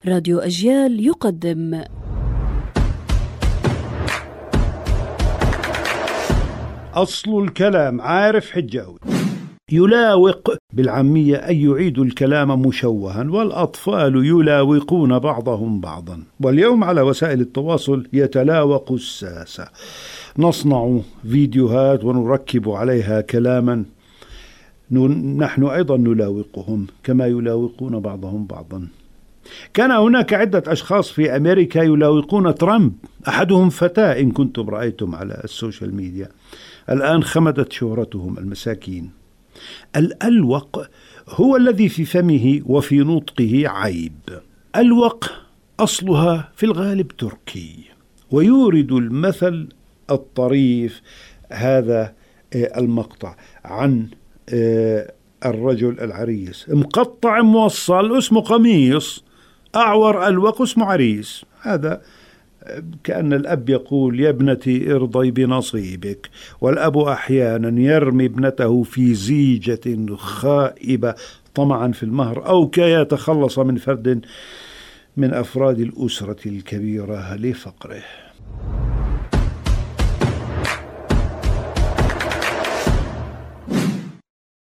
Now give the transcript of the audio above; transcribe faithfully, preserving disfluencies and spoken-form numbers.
راديو أجيال يقدم أصل الكلام. عارف حجاوي يلاوق بالعامية أن يعيد الكلام مشوها، والأطفال يلاوقون بعضهم بعضا. واليوم على وسائل التواصل يتلاوق الساسة، نصنع فيديوهات ونركب عليها كلاما نحن أيضا نلاوقهم كما يلاوقون بعضهم بعضا. كان هناك عدة أشخاص في أمريكا يلاوقون ترامب، أحدهم فتاة إن كنتم رأيتم على السوشيال ميديا. الآن خمدت شهرتهم المساكين. الألوق هو الذي في فمه وفي نطقه عيب. ألوق أصلها في الغالب تركي، ويورد المثل الطريف هذا المقطع عن الرجل العريس: مقطع موصل اسمه قميص، أعور ألوق اسمه عريس. هذا كأن الأب يقول: يا ابنتي ارضي بنصيبك. والأب أحيانا يرمي ابنته في زيجة خائبة طمعا في المهر، أو كي يتخلص من فرد من أفراد الأسرة الكبيرة لفقره.